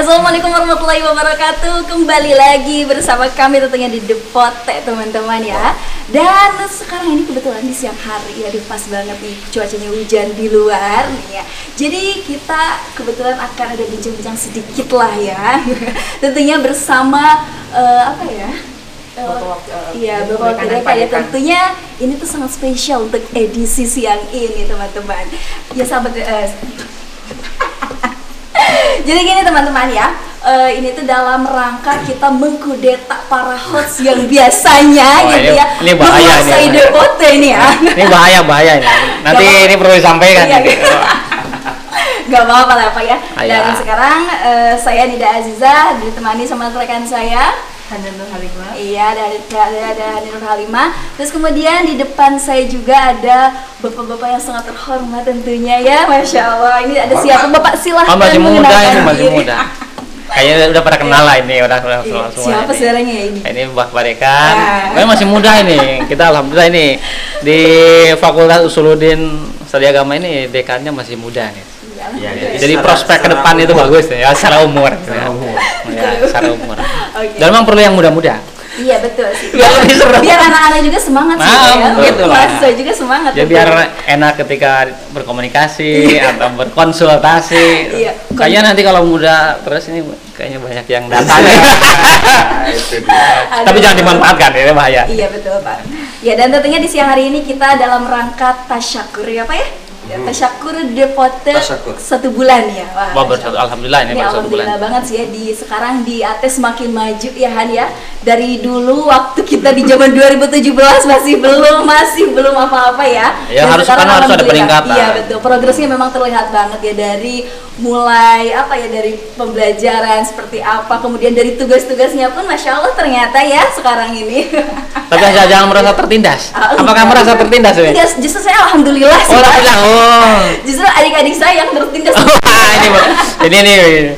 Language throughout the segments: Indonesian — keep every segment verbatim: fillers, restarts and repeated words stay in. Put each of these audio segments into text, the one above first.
Assalamualaikum warahmatullahi wabarakatuh. Kembali lagi bersama kami tentunya di The Potek teman-teman ya. Dan sekarang ini kebetulan di siang hari ya, di pas banget nih cuacanya hujan di luar nih ya. Jadi kita kebetulan akan ada bincang-bincang sedikit lah ya. Tentunya bersama uh, apa ya? Uh, iya, Bapak Wakil ya. Tentunya ini tuh sangat spesial untuk edisi siang ini teman-teman. Ya sahabat uh, jadi gini teman-teman ya, uh, ini tuh dalam rangka kita mengkudeta para host yang biasanya oh, gitu ini, ya ini bahaya menguasai The Potek ini ya. Ini bahaya bahaya ini. Nanti gak ini perlu disampaikan. Iya, gitu. Gak apa-apa lah Pak ya. Ayah. Dan sekarang uh, saya Nida Aziza ditemani sama rekan saya Hana Nur Halimah. Iya, dari ada ada Hana Nur Halimah. Terus kemudian di depan saya juga ada bapak-bapak yang sangat terhormat tentunya ya, masya Allah. Ini ada siapa Bapak, silahkan. Oh, masih muda ini, masih diri. muda. Kayaknya udah pada kenal lah ini, udah udah Iya, semua. siapa ini. saudaranya ya ini? Ini Mbak Parekan. Ah. Memang masih muda ini. Kita alhamdulillah ini di Fakultas Usuluddin Studi Agama ini dekannya masih muda nih. Ya, ya, jadi prospek ke depan itu bagus ya, secara umur. Secara umur. Ya, secara umur. Okay. Dan memang perlu yang muda-muda. Iya betul sih. Biar lebih seru. Biar anak-anak juga semangat sih Nah, ya. gitu lah. Mahasiswa juga semangat. Ya betul. biar enak ketika berkomunikasi atau berkonsultasi. Iya. Kayaknya nanti kalau muda terus ini kayaknya banyak yang datang. Tapi jangan dimanfaatkan, ini bahaya. Iya betul Pak. Ya, dan tentunya di siang hari ini kita dalam rangka tasyakur ya Pak ya. Ya, tasyakur The Potek satu bulan ya. Wah, Wah, bersatu, alhamdulillah ini, ini baru satu bulan. alhamdulillah banget sih ya, di sekarang di A T E semakin maju ya Han ya. Dari dulu waktu kita di zaman dua ribu tujuh belas masih belum masih belum apa-apa ya. Ya, Dan harus sekarang kan harus ada alhamdulillah, peningkatan. Iya betul. Progresnya memang terlihat banget ya, dari mulai apa ya, dari pembelajaran seperti apa, kemudian dari tugas-tugasnya pun masya Allah ternyata ya sekarang ini. Tapi jangan merasa tertindas. Ah, Apakah merasa tertindas ini? Enggak, justru saya alhamdulillah sih. Oh, alhamdulillah. Oh. Justru adik-adik saya yang tertindas. ini ini nih.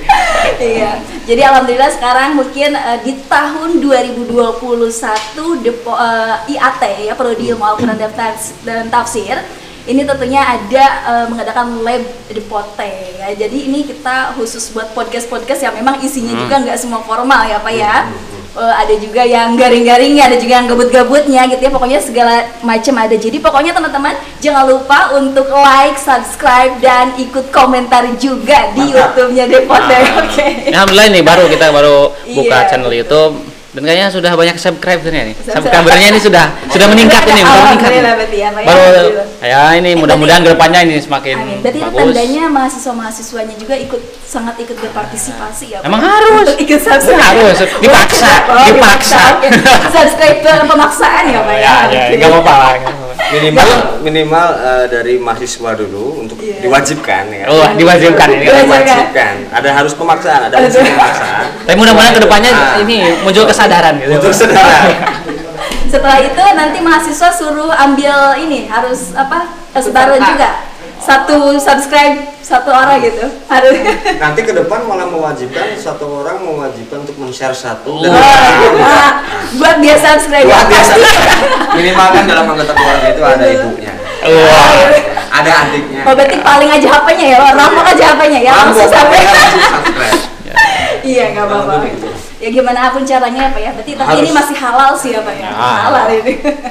Iya. Jadi alhamdulillah sekarang mungkin uh, di tahun dua ribu dua puluh satu Depo, uh, I A T ya, Prodi Ilmu Al-Quran dan Tafsir. Ini tentunya ada uh, mengadakan lab The Potek ya. Jadi ini kita khusus buat podcast-podcast yang memang isinya hmm. juga nggak semua formal ya Pak ya. Uh, ada juga yang garing-garingnya, ada juga yang gabut-gabutnya gitu ya. Pokoknya segala macam ada. Jadi pokoknya teman-teman jangan lupa untuk like, subscribe dan ikut komentar juga di YouTube-nya The Potek. Oke. Okay. Alhamdulillah ini baru kita baru buka Iya, channel betul. YouTube. Dan kayaknya sudah banyak subscribernya nih. Subscribernya ini sudah sudah meningkat ini, sudah meningkat. Alhamdulillah berarti ya, Pak ya. Baru Alhamdulillah. ya ini mudah-mudahan kedepannya ini semakin Amin. Berarti itu bagus. tandanya mahasiswa-mahasiswanya juga ikut sangat ikut berpartisipasi ya. Pak? Emang harus. Untuk ikut subscribe. Harus dipaksa, Oh, dipaksa. Oke. Subscribe ke pemaksaan ya Pak ya. Ya, ya, enggak apa-apa lah. Minimal minimal uh, dari mahasiswa dulu untuk Iya. diwajibkan ya. Oh, diwajibkan ini. Diwajibkan. Diwajibkan. Ada harus pemaksaan, ada unsur pemaksaan. Tapi mudah-mudahan kedepannya Ah. ini muncul kesadaran gitu. Untuk saudara. Setelah itu nanti mahasiswa suruh ambil ini, harus apa? Setoran juga. Satu subscribe satu orang gitu. Harus. Nanti ke depan malah mewajibkan satu orang mewajibkan untuk men-share satu. Dan Wah, buat dia subscribe. Luar ya, biasa. pasti. Minimal kan dalam anggota keluarga itu ada ibunya, Wah. ada adiknya. Oh, berarti paling aja H P-nya ya, rampok aja H P-nya ya, langsung Langsung sampai. langsung subscribe. Iya, nggak apa-apa. Kurang lebih gitu. Ya gimana pun caranya ya Pak ya. Berarti tapi Harus. ini masih halal sih ya Pak ya. Ya. Halal ini.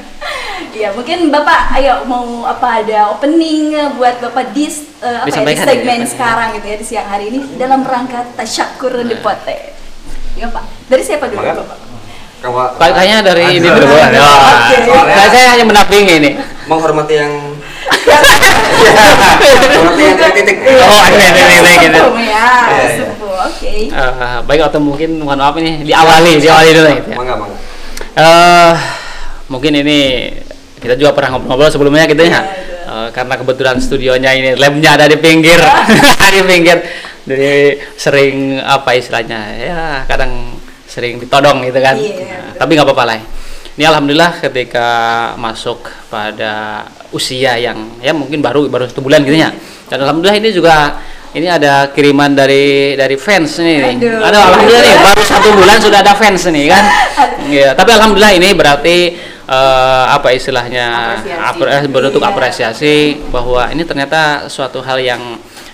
Iya, mungkin Bapak ayo mau apa, ada opening buat Bapak di uh, apa ya, di Disampaikan segmen ya. sekarang gitu ya, di siang hari ini dalam rangka tasyakur The Potek. Iya Pak. Dari siapa dulu Maka- Bapak? Kawa- Kayaknya dari Ada. ini dulu. Ya. Oke. Nah, saya hanya mendampingi ini. menghormati yang menghormati yang titik. Oh, ini ini ini gitu. Sepuh ya, Iya, iya. sepuh. Oke. Eh, baik atau mungkin mohon maaf ini diawali, diawali dulu gitu ya. Mangga mangga. Eh, mungkin ini kita juga pernah ngobrol-ngobrol sebelumnya gitu ya. Iya, Eh, karena kebetulan studionya ini labnya ada di pinggir, di pinggir. Jadi sering apa istilahnya ya, kadang sering ditodong gitu kan. Iya, Nah, tapi nggak apa-apa lah. Ini alhamdulillah ketika masuk pada usia yang ya mungkin baru baru satu bulan gitu ya. Dan alhamdulillah ini juga ini ada kiriman dari dari fans nih. Aduh. Ada alhamdulillah nih baru satu bulan sudah ada fans nih kan. Iya, tapi alhamdulillah ini berarti eh, apa istilahnya Apresiasi. apre- bentuk Iya. apresiasi bahwa ini ternyata suatu hal yang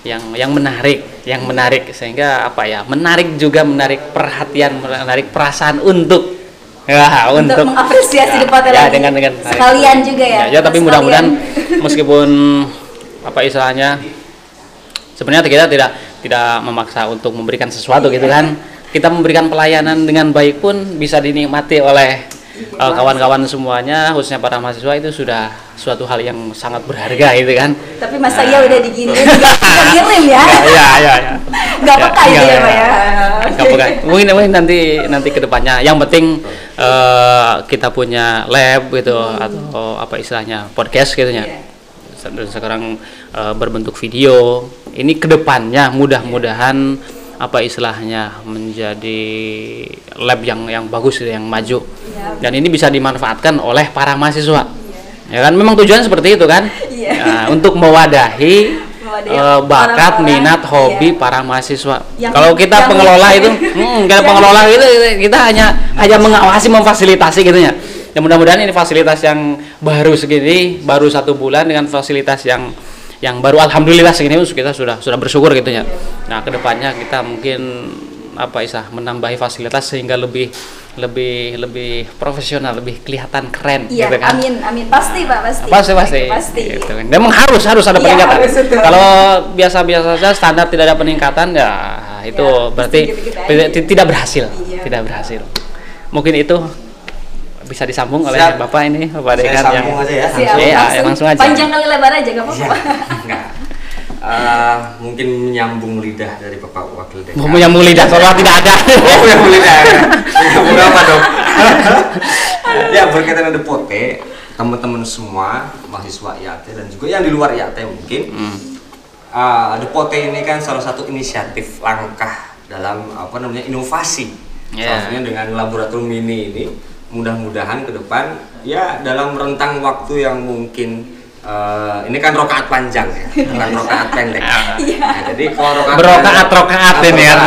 yang yang menarik, yang menarik sehingga apa ya, menarik juga menarik perhatian, menarik perasaan untuk ya, untuk, untuk mengapresiasi ya, Depote ya, lagi. dengan dengan sekalian juga ya. Ya, ya tapi mudah-mudahan meskipun apa istilahnya sebenarnya kita tidak tidak memaksa untuk memberikan sesuatu gitu kan. Kita memberikan pelayanan dengan baik pun bisa dinikmati oleh uh, kawan-kawan semuanya, khususnya para mahasiswa, itu sudah suatu hal yang sangat berharga gitu kan. Tapi masa nah. ya udah diginiin nggak ngirim ya? Iya iya iya. Nggak peka ya, ya, Pak ya. Nggak peka. Mungkin mungkin nanti nanti kedepannya. Yang penting uh, kita punya lab gitu hmm. atau apa istilahnya podcast gitu ya. Yeah. Dan sekarang uh, berbentuk video. Ini kedepannya mudah-mudahan apa istilahnya menjadi lab yang yang bagus yang maju ya. Dan ini bisa dimanfaatkan oleh para mahasiswa ya, ya kan memang tujuan seperti itu kan ya. Ya, untuk mewadahi uh, bakat para, minat hobi ya. Para mahasiswa yang, kalau kita yang pengelola itu hmm, kita pengelola itu kita hanya hanya mengawasi memfasilitasi gitu ya. Ya mudah-mudahan ini fasilitas yang baru segini baru satu bulan dengan fasilitas yang yang baru alhamdulillah segini kita sudah sudah bersyukur gitu ya. Nah kedepannya kita mungkin apa isah menambahi fasilitas sehingga lebih lebih lebih profesional, lebih kelihatan keren iya, gitu kan. Amin amin pasti Pak pasti. Pasti pasti. pasti. Gitu kan. Memang harus harus ada peningkatan. Ya, kalau biasa-biasa saja standar tidak ada peningkatan ya itu ya, berarti tidak, tidak berhasil, iya. tidak berhasil. Mungkin itu bisa disambung oleh Siap. Bapak ini, Bapak Dekan yang aja ya. Siap, ya, langsung, ya, langsung aja. Panjang kali lebar aja nggak apa-apa. Enggak. Uh, mungkin menyambung lidah dari Bapak Wakil Dekan. Mau menyambung lidah soalnya tidak ada. Oh, menyambung lidah. Menyambung apa dong? Ya berkaitan dengan Depote, teman-teman semua mahasiswa I A T dan juga yang di luar I A T mungkin. Hmm. Uh, Depote ini kan salah satu inisiatif langkah dalam apa namanya inovasi. Yeah. Salah satunya dengan laboratorium mini ini. Mudah-mudahan ke depan ya dalam rentang waktu yang mungkin uh, ini kan rokaat panjang ya, bukan rokaat pendek. Nah, jadi kalau rokaat berokaat rokaat ini ya.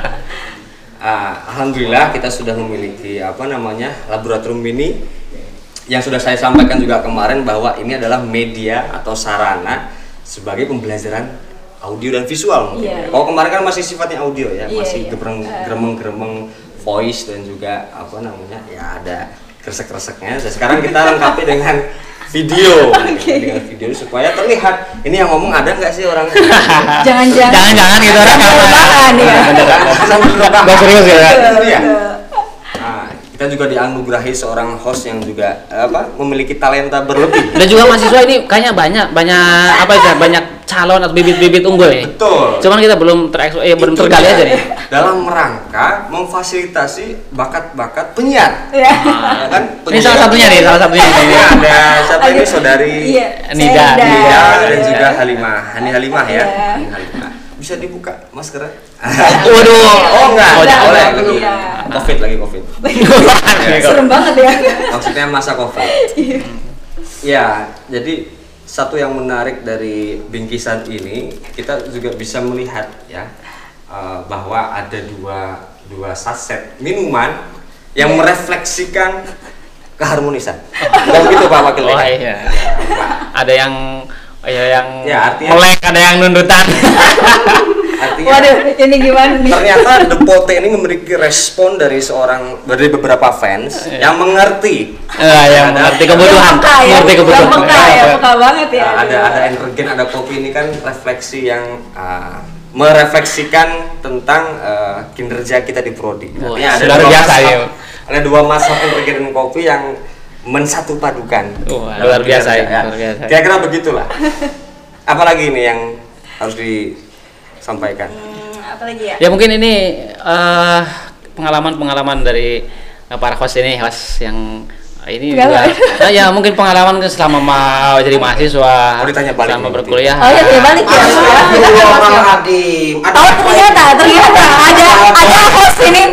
Uh, Alhamdulillah kita sudah memiliki apa namanya laboratorium mini yang sudah saya sampaikan juga kemarin bahwa ini adalah media atau sarana sebagai pembelajaran audio dan visual mungkin. Yeah. Kalau kemarin kan masih sifatnya audio ya, yeah, masih yeah. geremeng-geremeng voice dan juga apa namanya ya ada kresek-kreseknya. Sekarang kita lengkapi dengan video, okay. dengan video supaya terlihat ini yang ngomong ada nggak sih orang? Jangan-jangan, jangan-jangan gitu orang rebahan ya. Gak serius ya. Nah, kita juga dianugerahi seorang host yang juga apa memiliki talenta berlebih. Dan juga mahasiswa ini kayaknya banyak banyak apa ya banyak calon atau bibit-bibit unggul ya. Betul. Cuman kita belum terekspos, eh, belum tergali aja nih. Dalam rangka memfasilitasi bakat-bakat penyiar. Ya. Nah, kan penyiar. Ini salah satunya nih, salah satunya ini. Ada siapa ini saudari iya, Nida, Nida dan iya. juga Halimah. Hani Halimah ya. Iya. Hani Halimah. Bisa dibuka maskernya? Waduh. Oh enggak, oh, boleh. Iya. Covid lagi Covid. Serem banget ya. Maksudnya masa Covid. Ya, jadi satu yang menarik dari bingkisan ini kita juga bisa melihat ya uh, bahwa ada dua dua saset minuman yang merefleksikan keharmonisan. Bukan begitu Pak Wakil Dekan? Oh iya. Ada yang ya yang ya, artinya, melek, ada yang nundutan. Artinya, waduh, ini gimana nih? Ternyata Depote ini memiliki respon dari seorang dari beberapa fans yeah. yang mengerti. Uh, yang mengerti kebutuhan. Mengerti kebutuhan. Yang peka ya, peka banget ya. Nah, ada ada energen, ada kopi ini kan refleksi yang uh, merefleksikan tentang uh, kinerja kita di prodi. Oh, Artinya ada luar dua biasa masak, ya. Ada dua masak energen dan kopi yang mensatu padukan. Oh, luar biasa ya. Luar biasa. Kira-kira begitulah. Apalagi ini yang harus disampaikan? Hmm, apalagi ya? Ya mungkin ini uh, pengalaman-pengalaman dari uh, para host ini, host yang ini Gak juga nah, ya mungkin pengalaman selama mau jadi mahasiswa, oh, ditanya balik selama nih, berkuliah. Oh ya, ya balik ya. Oh ternyata, ternyata ada ada host ini.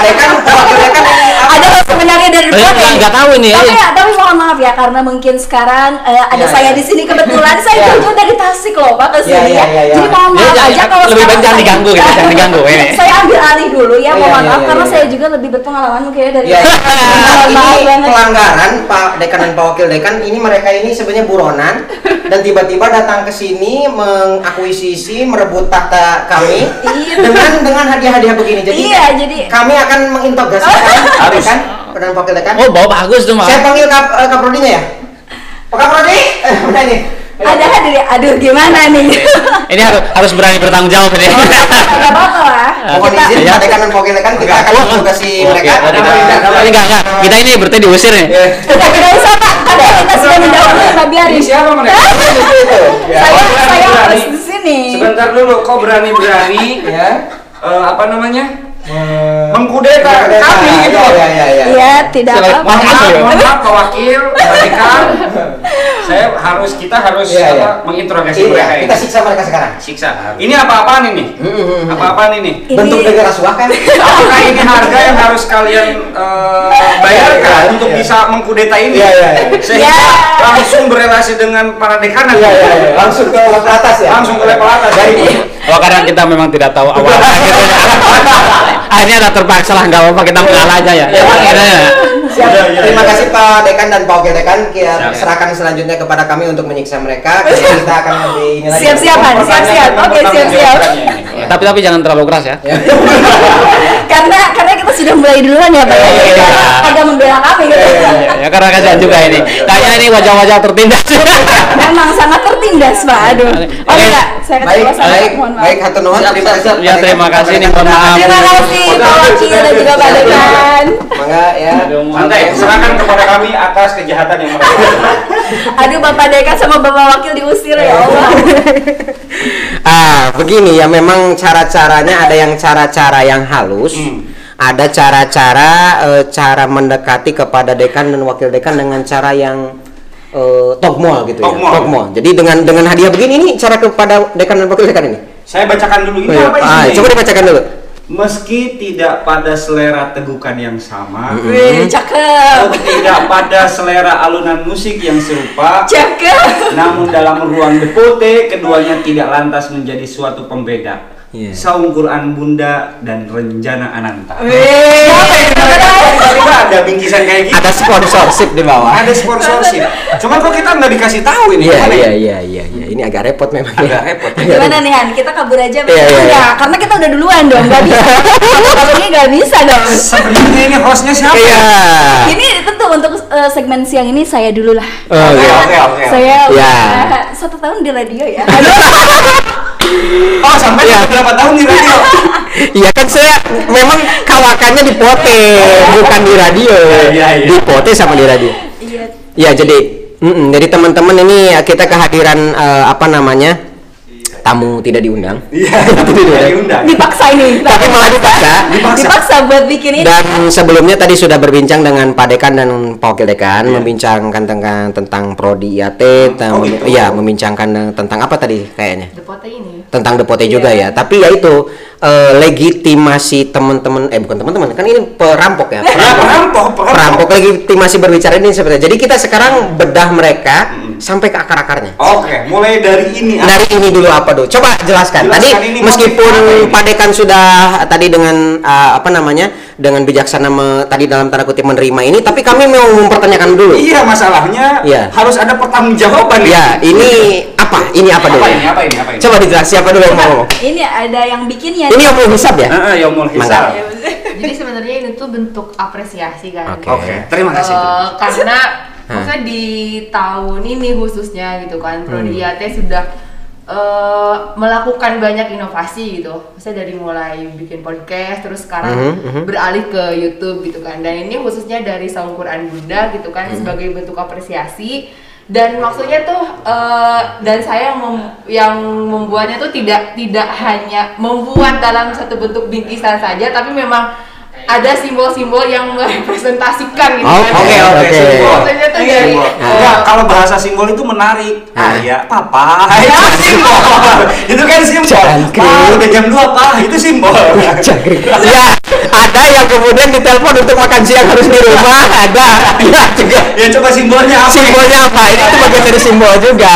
Ada host sebenarnya dari Depote. Nggak nggak tahu ini. Tapi ya, tapi mohon maaf ya karena mungkin sekarang uh, ada ya, saya ya. di sini kebetulan saya ya. jauh dari Tasik loh Pak ke sini ya, ya, ya, ya. Jadi mohon maaf ya, aja ya, kalau lebih baik jangan diganggu gitu, jangan diganggu ini. Saya ambil alih dulu ya, mohon ya, maaf ya, karena ya. saya juga lebih berpengalaman mungkin ya dari Ya, mohon maaf ini banget. pelanggaran Pak Dekan dan Pak Wakil Dekan ini mereka ini sebenarnya buronan dan tiba-tiba datang ke sini mengakuisisi, merebut tahta kami dengan dengan hadiah-hadiah begini. Jadi, iya, jadi kami akan mengintegrasikan Harus. kan dan Wakil Dekan. Oh, bawa bagus tuh, Mas. Saya panggil Kap, uh, Kaprodinya ya. Pak Kaprodi, eh, udah nih. ada hadir ya, aduh gimana nih? Ini harus harus berani bertanggung jawab ini. Gak apa-apa lah. Mohon Kita- izin ya. Pak Dekan dan Wakil Dekan kita akan mengedukasi Oke, mereka. oke, tidak. Ini enggak enggak. Kita ini berarti diusir nih. Udah, tidak usah Pak, ada kita sudah menjawab Pak biarin. Siapa mereka? Itu. Ya. Saya berani, saya berani. harus di sini. Sebentar dulu, kok berani-berani Ya. eh, apa namanya? Mengkudeta Mengkudeta. kami gitu. Ya, ya, ya, ya. Iya, tidak Silakan. apa-apa. Mohon maaf, mohon maaf Pak Wakil, Pak Dekan. Saya harus kita harus Iya, apa, iya. menginterogasi Iya, mereka kita ini. siksa mereka sekarang. Siksa. Ini apa-apaan ini? Hmm. Apa-apaan ini? Ini- Bentuk negara rasuah kan? Apakah ini harga yang harus kalian eh, bayarkan Iya, untuk iya. bisa mengkudeta ini? Iya, iya, iya. Sehingga Iya. langsung berelasi dengan para dekanan. Iya, iya, iya. Langsung ke level atas ya. Langsung ke level atas. Dari Oh, karena kita memang tidak tahu awalnya gitu ya. Akhirnya ada terpaksa lah, nggak apa-apa kita mengalah aja ya. Ya, Pak. Akhirnya. Siap. Iya, iya, Terima iya. kasih Pak Dekan dan Pak Wakil Dekan. Kita Siap. serahkan selanjutnya kepada kami untuk menyiksa mereka. Kita kita akan lebih ini lagi. Siap-siap Pak, siap-siap. Oke, siap-siap. Ya, tapi tapi jangan terlalu keras ya. Ya. Karena karena kita sudah mulai duluan ya Pak. Iya, iya, Kita iya. agak membela kami gitu. Ya, ya karena kasihan juga ini. Kayaknya ini wajah-wajah tertindas. Memang sangat tertindas Pak. Aduh. Oh Oke. enggak, saya Baik, kecewa sangat. baik, Mohon maaf. baik. Hatur nuhun. Siap, Terima siap, kasih. siap. Ya, Pak terima Dekan, kasih Pak nih, Dekan. mohon maaf. Terima kasih Pak Wakil dan juga Pak Dekan. Mangga ya. Santai, serahkan kepada kami atas kejahatan yang mereka lakukan. Aduh Bapak Dekan sama Bapak Wakil diusir ya Allah. Ah, begini ya, memang cara-caranya ada yang cara-cara yang halus. Hmm. Ada cara-cara eh, cara mendekati kepada dekan dan wakil dekan dengan cara yang eh, tokmol gitu ya. Tokmol. Tokmol. Jadi dengan dengan hadiah begini ini cara kepada dekan dan wakil dekan ini. Saya bacakan dulu ini Oh, iya. apa Ah, isinya? coba dibacakan dulu. Meski tidak pada selera tegukan yang sama, Wih, cakep. tidak pada selera alunan musik yang serupa, Cakep. namun dalam ruang depote keduanya tidak lantas menjadi suatu pembeda. Iya. Saung Quran Bunda dan Renjana Ananta. Wih. Tiba-tiba ada bingkisan kayak gitu. Ada sponsorship di bawah. Ada sponsorship. Cuman kok kita nggak dikasih tahu ini? Iya, Gimana iya, ya? iya, iya, iya. Ini agak repot memang. Agak ya. repot. Gimana nih Han? Kita kabur aja Iya, iya, iya. ya, karena kita udah duluan dong, nggak bisa. Kalau ini nggak bisa dong. Sebenarnya ini hostnya siapa? Iya. Ini tentu untuk eh, segmen siang ini saya dulu lah. Oh, Oke, iya. oke, oke. Saya Ya. udah satu tahun di radio ya. Oh, sampai Iya. berapa tahun di radio? Iya kan saya memang kawakannya di Pote, bukan di radio. Iya, iya. Di Pote sama di radio. Iya. Ya jadi, mm-mm, jadi teman-teman ini ya, kita kehadiran eh, apa namanya tamu tidak diundang. Iya, tapi tidak diundang. Dipaksa ini. Tapi malah dipaksa. Dipaksa buat bikin ini. Dan sebelumnya tadi sudah berbincang dengan Pak Dekan dan Pak Wakil Dekan, membincangkan tentang tentang prodi I A T, tentang Oh, gitu. ya membincangkan tentang apa tadi kayaknya? Depote ini. Tentang Depote juga ya. Tapi ya itu eh, legitimasi teman-teman eh bukan teman-teman, kan ini perampok ya. Ya, perampok, perampok. Perampok legitimasi berbicara ini seperti. Jadi kita sekarang bedah mereka sampai ke akar-akarnya. Oke, mulai dari ini. Dari ini dulu apa dulu? Coba jelaskan. Jelaskan Tadi ini meskipun motif apa ini? Pak Dekan sudah tadi dengan uh, apa namanya dengan bijaksana me- tadi dalam tanda kutip menerima ini, tapi kami mau mempertanyakan dulu. Iya, masalahnya Iya. harus ada pertanggungjawaban nih. Ya, ini apa? Ini apa dulu? Apa ini? Apa ini? Apa ini? Coba dijelas siapa dulu yang mau ngomong. Ini ada yang bikinnya. Ini yang mau hisap ya? Heeh, ya mau Mangga. hisab. Jadi sebenarnya ini tuh bentuk apresiasi kan. Oke. Oke, terima kasih. Eh, karena Hah. maksudnya di tahun ini khususnya gitu kan, Prodi Hmm. I A T sudah eh, melakukan banyak inovasi gitu. Misalnya dari mulai bikin podcast, terus sekarang Mhm, mhm. beralih ke YouTube gitu kan. Dan ini khususnya dari Saung Quran Bunda gitu kan, Hmm. sebagai bentuk apresiasi. Dan maksudnya tuh eh, dan saya yang, mem- yang membuatnya tuh tidak tidak hanya membuat dalam satu bentuk bingkisan saja, tapi memang ada simbol-simbol yang merepresentasikan gitu Oh, kan. oke, oke, oke. simbol. Maksudnya tuh dari Simbol. eh, Enggak, kalau bahasa simbol itu menarik. Hah? Ayah, papa, itu simbol. Itu kan simbol. Jangkrik. Ah, udah jam dua, Pak. Itu simbol. Jangkrik. Ya, ada yang kemudian ditelepon untuk makan siang harus di rumah, ada. Ya juga. Ya coba simbolnya apa? Simbolnya apa? Ini itu bagian dari simbol juga.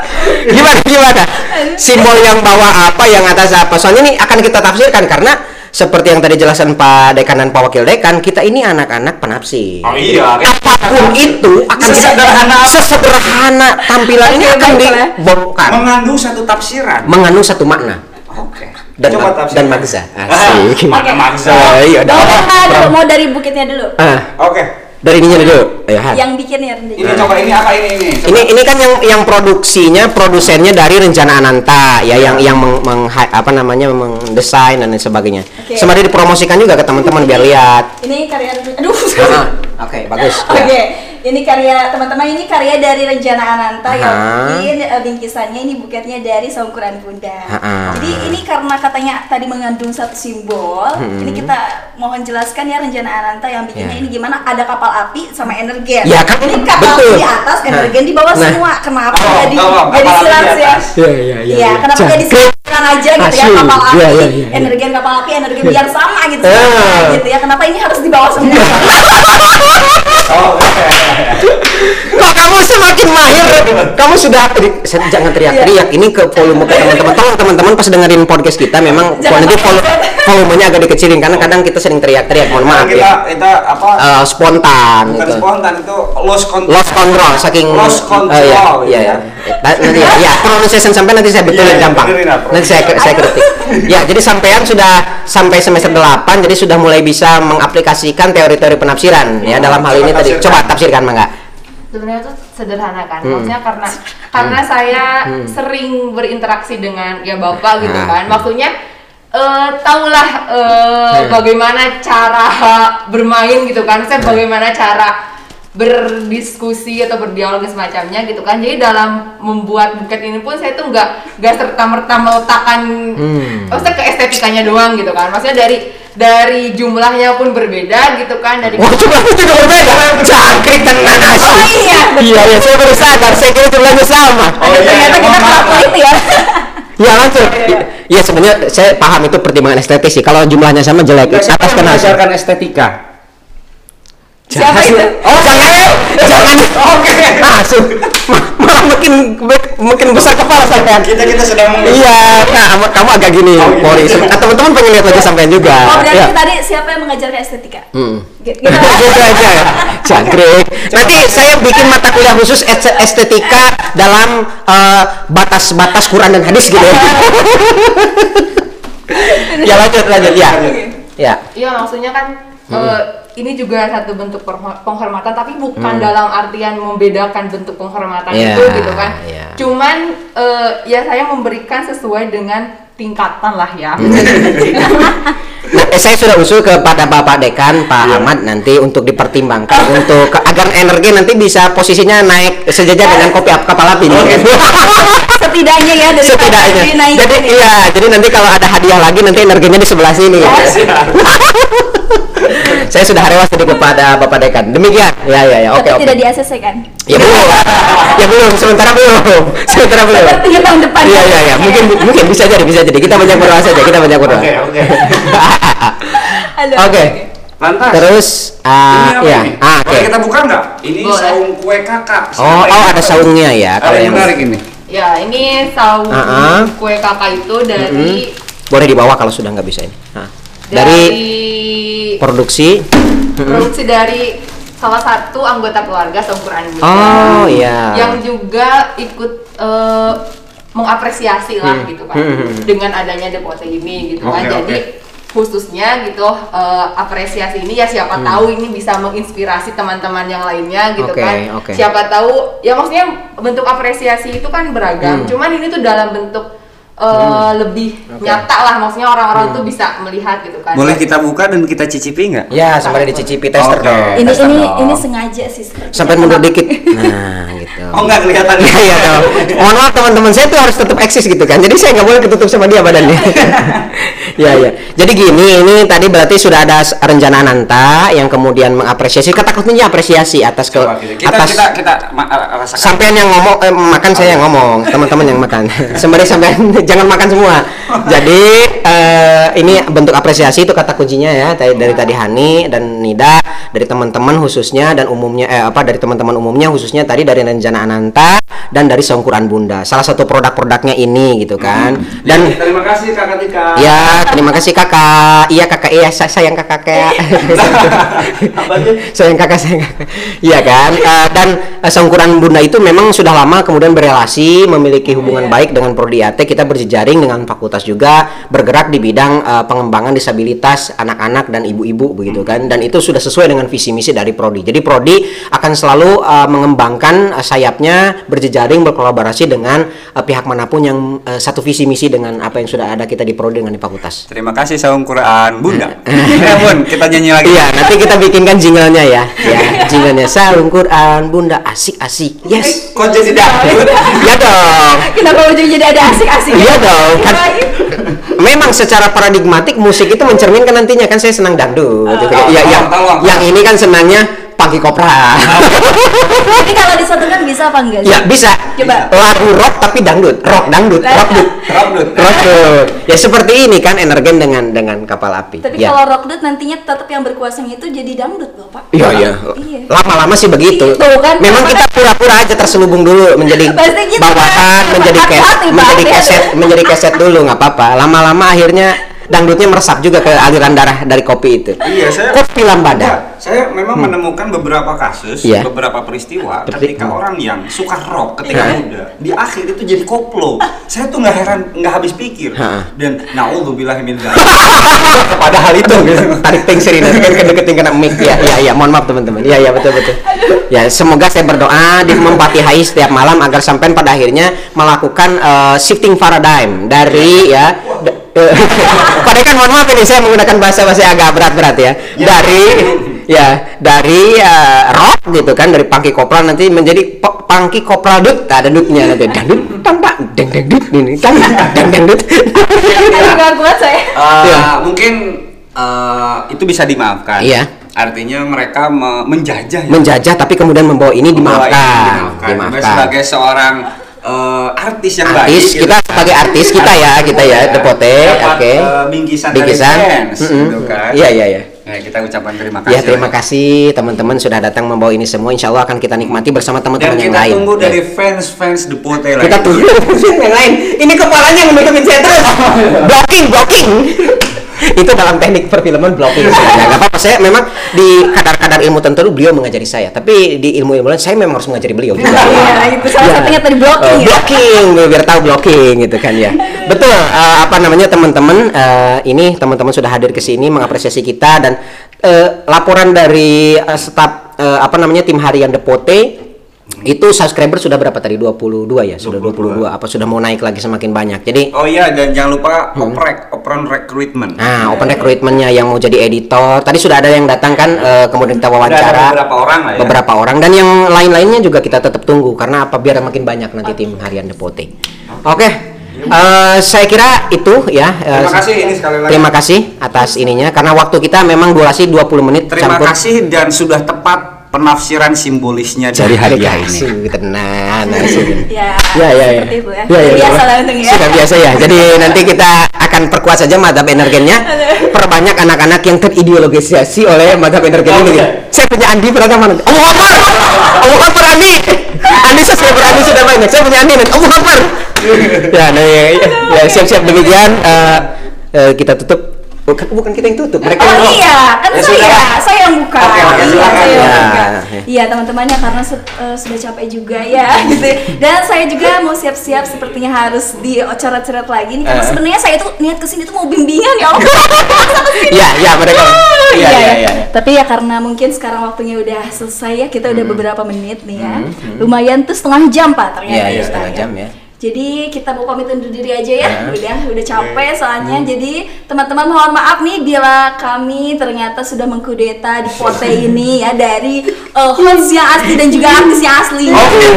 Gimana gimana? Simbol yang bawah apa, yang atas apa? Soalnya ini akan kita tafsirkan karena seperti yang tadi jelasan Pak Dekan dan Pak Wakil Dekan, kita ini anak-anak penafsir. Oh iya. Apapun itu akan Sesederhana apa? sesederhana tampilannya akan dibongkar. Mengandung satu tafsiran. Mengandung satu makna. Oke. Dan Coba ma- tafsir. dan magza. Asik. Makna magza. Oh, iya, Mau dah. mana dulu? Mau dari bukitnya dulu. Ah, Oke. dari ininya dulu. Ayo, Han. Yang bikinnya Rendy. Ini coba ini apa ini ini? Coba. Ini ini kan yang yang produksinya, produsennya dari Rencana Ananta ya, yang yang meng, meng- apa namanya mendesain dan lain sebagainya. Oke. Sembari dipromosikan juga ke teman-teman biar lihat. Ini karya aduh. Ah, Oke, bagus. Oke, Ya. ini karya teman-teman, ini karya dari Rencana Ananta yang Aha. bikin eh, bingkisannya ini buketnya dari Saukuran Bunda. Aha. Jadi ini karena katanya tadi mengandung satu simbol, Hmm. ini kita mohon jelaskan ya Rencana Ananta yang bikinnya Ya. ini gimana, ada kapal api sama energen. Ya, kan, ini kapal betul. api di atas, energen di bawah Nah. semua. Kenapa Oh, jadi oh, jadi kapal api silang di ya? atas. Iya, iya, Iya, kenapa jadi silang aja gitu ya, Asyik. kapal api, Iya, iya, iya. energen kapal api, energen biar sama gitu, Ah. sama gitu ya. Kenapa ini harus di bawah semua? Oh, oke. Kok kamu semakin mahir? Kamu sudah se- jangan teriak-teriak. Ini ke volume ke teman-teman. Tolong teman-teman pas dengerin podcast kita memang Jangan nanti vol- pakai- volumenya agak dikecilin karena kadang kita sering teriak-teriak. Mohon maaf kita ya. kita apa? Eh, spontan bukan gitu. spontan itu lost control. Lost control saking Lost control, eh, ya, gitu ya, ya. ya. Ta- nanti ya, ya pronunciation sampai nanti saya betulin Iya, iya, gampang. benerin lah, Prof. Nanti saya saya kritik. Ya, jadi sampean sudah sampai semester delapan jadi sudah mulai bisa mengaplikasikan teori-teori penafsiran ya Oh, dalam hal coba ini tadi. tafsirkan. Coba tafsirkan Mangga. Sebenarnya itu sederhana kan, Hmm. maksudnya karena karena saya sering berinteraksi dengan ya bapak gitu Ah. kan, maksudnya eh tahulah eh, Hmm. bagaimana cara bermain gitu kan, saya bagaimana cara berdiskusi atau berdialog semacamnya gitu kan. Jadi dalam membuat buket ini pun saya tuh nggak nggak serta merta meletakkan, Hmm. maksudnya ke estetikanya doang gitu kan, maksudnya dari dari jumlahnya pun berbeda gitu kan, dari Wah, jumlahnya juga berbeda. Jangkrik tenan asli. Oh iya, betul. Iya, iya, saya baru sadar. Saya kira jumlahnya sama. Oh, iya, Ternyata iya, kita mohon maaf. pelaku itu ya. Ya langsung. Iya, sebenarnya saya paham itu pertimbangan estetis sih. Kalau jumlahnya sama jelek. Siapa Atas yang kenal. mengajarkan estetika? Siapa itu? Oh, jangan. Jangan. Oke. Masuk. Ma- Malah makin makin besar kepala sampean. Kita kita sedang meng- Iya, nah, kamu agak gini, Oh, gitu. Pori. Ah, teman-teman pengen lihat wajah sampean juga. Oh, berarti Ya. tadi siapa yang mengajarkan estetika? Hmm. Gitu. Gitu aja ya. Jangkrik. Nanti saya bikin mata kuliah khusus est- estetika dalam eh, batas-batas Quran dan hadis gitu ya. Ya lanjut lanjut ya. Ya. Iya, maksudnya kan eh, ini juga satu bentuk perho- penghormatan, tapi bukan Hmm. dalam artian membedakan bentuk penghormatan Iya, itu gitu kan. iya. Cuman eh, ya saya memberikan sesuai dengan tingkatan lah ya. Nah, eh, saya sudah usul kepada Bapak Dekan, Pak Ahmad nanti untuk dipertimbangkan untuk ke- agar energi nanti bisa posisinya naik sejajar dengan kopi ap- kapal api. Setidaknya ya dari Setidaknya. naik. Jadi iya, jadi nanti kalau ada hadiah lagi nanti energinya di sebelah sini. Saya sudah rewas tadi kepada Bapak Dekan. Demikian. Ya ya ya. Oke Tapi oke. tidak di A C C kan? Ya belum. Ya belum. Sementara belum. Sementara belum. Sepertinya tahun depan. Iya iya iya. Mungkin mungkin bisa jadi bisa jadi. Kita banyak berdoa saja. Kita banyak berdoa. Oke, oke. Aduh, Oke. Lantas. Terus Ini ah apa ya. ini? Ah oke. Boleh kita buka nggak? Ini Boleh. saung kue kakak. Oh Siapa oh ini? ada saungnya ya. Ada Kalau yang yang menarik ini. Ya, ini saung Ah, ah. kue kakak itu dari Mm-mm. boleh dibawa kalau sudah nggak bisa ini. Nah, dari, dari produksi. produksi dari salah satu anggota keluarga Saukuran Bunda. Oh iya. Yang juga ikut eh, mengapresiasi lah Hmm. gitu kan, Hmm. dengan adanya depote ini gitu kan. Oke, Jadi khususnya gitu eh, apresiasi ini ya siapa tahu ini bisa menginspirasi teman-teman yang lainnya gitu Oke, kan. oke. Siapa tahu ya, maksudnya bentuk apresiasi itu kan beragam. Hmm. Cuman ini tuh dalam bentuk eh, lebih Oke. nyata lah, maksudnya orang-orang tuh bisa melihat gitu kan. Boleh kita buka dan kita cicipi nggak? Ya, sampai dicicipi tester Oke. dong. Ini Tester ini dong. ini sengaja sih. sepertinya. Sampai mundur dikit. Nah, gitu. Oh nggak kelihatan. Iya, iya dong. Mohon maaf teman-teman, saya tuh harus tetap eksis gitu kan. Jadi saya nggak boleh ketutup sama dia badannya. Ya ya. Jadi gini, ini tadi berarti sudah ada s- rencana Ananta yang kemudian mengapresiasi. Kata kuncinya apresiasi atas ke Coba kita kita atas kita, kita ma- rasakan. sampean yang ngomong eh, makan saya yang ngomong, teman-teman yang makan. Sembari sampean jangan makan semua. Jadi eh, ini bentuk apresiasi itu kata kuncinya ya dari, dari tadi Hani dan Nida, dari teman-teman khususnya dan umumnya eh, apa dari teman-teman umumnya khususnya tadi dari rencana Ananta dan dari Songkuran Bunda. Salah satu produk-produknya ini gitu kan. Dan Ya, terima kasih Kakak Tika. ya, terima kasih kakak. Iya kakak, iya saya sayang kakak kayak. Apa aja? sayang kakak, sayang kakak. Iya kan. Eh, dan eh, Songkuran Bunda itu memang sudah lama kemudian berelasi, memiliki hubungan baik dengan Prodi I A T. Kita berjejaring dengan fakultas juga, bergerak di bidang eh, pengembangan disabilitas anak-anak dan ibu-ibu begitu kan. Dan itu sudah sesuai dengan visi misi dari Prodi. Jadi Prodi akan selalu uh, mengembangkan uh, sayapnya, berjejaring, berkolaborasi dengan uh, pihak manapun yang uh, satu visi misi dengan apa yang sudah ada kita di Prodi dengan di fakultas. Terima kasih Songkuran Bunda. Ya Bun, kita nyanyi lagi. Iya, nanti kita bikinkan jinglenya ya. Ya, jinglenya Saung Quran Bunda, asik-asik. Yes. Kok jadi dangdut? Ya dong. Kenapa ujung jadi ada asik-asik? Iya dong. Kan, memang secara paradigmatik musik itu mencerminkan nantinya kan saya senang dangdut. gitu. Oh, ya, yang tolong, tolong. yang ini kan senangnya Pangki Kopra. Jadi kalau disatukan bisa apa enggak? Ya bisa. Coba. Lagu rock tapi dangdut, rock dangdut, rock dut, Rockdut. rock dut. Ya seperti ini kan Energen dengan dengan kapal api. Tapi ya. kalau rockdut nantinya tetap yang berkuasanya itu jadi dangdut loh Pak. Iya iya. Iya. Lama-lama sih begitu. Iya, tuh kan. Memang kita pura-pura aja terselubung dulu menjadi Pasti gitu, bawahan, Pak. menjadi kes, Hati-hati, Pak. menjadi keset, menjadi keset dulu nggak apa-apa. Lama-lama akhirnya dangdutnya meresap juga ke aliran darah dari kopi itu. Iya, saya Kopi lambada. Enggak, saya memang menemukan beberapa kasus, Iya. beberapa peristiwa Seperti- ketika orang yang suka rock ketika Iya. muda di akhir itu jadi koplo. Saya tuh nggak heran, nggak habis pikir. Ha. Dan naudzubillah min dzalik. Pada hal itu gitu. Tarik pengserin nanti kan kedeketin kena mic ya. Ya ya, mohon maaf teman-teman. Ya ya betul betul. Ya semoga saya berdoa di memfatihai setiap malam agar sampai pada akhirnya melakukan eh, shifting paradigm dari ya d- eh, padahal kan mohon maaf ini saya menggunakan bahasa-bahasa yang agak berat-berat ya. Dari ya dari eh, rock gitu kan, dari Pangki Kopral nanti menjadi po- Pangki Kopral dut, ada dutnya nanti dangdut tampak deng deng dut ini kan deng deng dut. Aduh nggak kuat saya. Eh, Iya. Mungkin eh, itu bisa dimaafkan. Iya. Artinya mereka me- menjajah. ya. Menjajah tapi kemudian membawa ini Membawa ini dimaafkan. dimaafkan. Dimaafkan. Sebagai seorang eh, artis yang Artis baik. gitu. kita sebagai artis kita ya, kita ya, Depote, Dapat, oke. eh, bingkisan, Bingkisan. dari fans, Mm-mm. gitu kan. Iya iya iya. Nah, kita ucapkan terima kasih. Ya terima kasih teman-teman sudah datang membawa ini semua. Insya Allah akan kita nikmati bersama Dan teman-teman yang kita lain. tunggu Ya. dari fans-fans Depote lain. Kita tunggu yang lain. Ini kepalanya yang menutupin saya terus. Blocking, blocking. Itu dalam teknik perfilman blocking sebenarnya. Gak apa-apa, saya memang di kadar-kadar ilmu tertentu beliau mengajari saya. Tapi di ilmu-ilmu lain saya memang harus mengajari beliau juga. Iya, itu salah Ya. satunya tadi blocking Eh, ya. blocking biar tahu blocking gitu kan ya. Betul, eh, apa namanya teman-teman, eh, ini teman-teman sudah hadir ke sini mengapresiasi kita dan eh, laporan dari eh, staf eh, apa namanya tim harian Depote itu subscriber sudah berapa tadi? dua puluh dua ya, sudah dua puluh dua. Apa sudah mau naik lagi semakin banyak. Jadi Oh iya, dan jangan lupa oprek, operan recruitment. nah, open recruitmentnya yang mau jadi editor tadi sudah ada yang datang kan, eh, kemudian kita Udah ada wawancara beberapa orang lah ya. beberapa orang dan yang lain-lainnya juga kita tetap tunggu karena apa biar makin banyak nanti tim harian Depote. Oke, eh, saya kira itu ya. eh, Terima kasih ini sekali lagi. Terima kasih atas ininya karena waktu kita memang durasi dua puluh menit Terima campur kasih dan sudah tepat penafsiran simbolisnya dari hari hadiah ini. kasih tenang. Ya, Ya, ya, ya. seperti itu ya. Ya, ya, ya. Biasa lah untung ya. Sudah biasa ya. Jadi nanti kita akan perkuat saja madhab energennya. Perbanyak anak-anak yang terideologisasi oleh madhab energen ini. Saya punya Andi beragam mana? Allah Akbar. Allah Akbar Andi. Andi subscriber Andi sudah banyak. Saya punya Andi. Allah Akbar. Ya, nah, ya, ya, ya, siap-siap demikian. Eh, eh, kita tutup. Bukan, bukan kita yang tutup. Mereka Oh yang iya, kan Ya, saya, sudah. saya yang buka. Oke, oke, Iya, silakan. saya yang Ya. buka. Iya, teman-temannya karena su- eh, sudah capek juga ya, gitu. Dan saya juga mau siap-siap sepertinya harus diocoret-coret lagi nih karena Eh. sebenarnya saya tuh niat kesini tuh mau bimbingan ya Allah. Ya, ya mereka. Iya, iya, iya. Tapi ya karena mungkin sekarang waktunya udah selesai ya, kita udah beberapa menit nih ya. Lumayan tuh setengah jam Pak ternyata. Iya, iya, ya, setengah Pak, jam ya. Jadi kita mau pamit undur diri aja ya, Ya. udah udah capek soalnya. Jadi teman-teman mohon maaf nih bila kami ternyata sudah mengkudeta di Pote ini ya dari uh, host yang asli dan juga artis yang asli.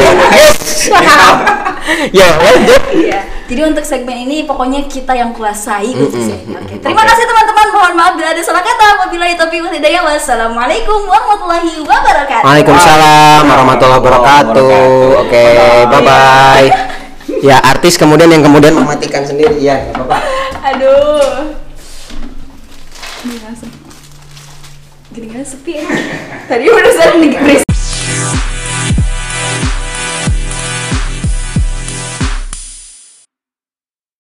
Ya, lanjut. Iya. Jadi untuk segmen ini pokoknya kita yang kuasai gitu sih. Oke. Terima kasih teman-teman. Mohon maaf bila ada salah kata. Wabillahi taufiq wal hidayah. Wassalamualaikum warahmatullahi wabarakatuh. Waalaikumsalam warahmatullahi wabarakatuh. Oke, bye bye. Ya, artis kemudian yang kemudian mematikan sendiri. Ya, Bapak. Aduh. Ini langsung. Gini-gini sepi ya. Tadi udah sering berisik.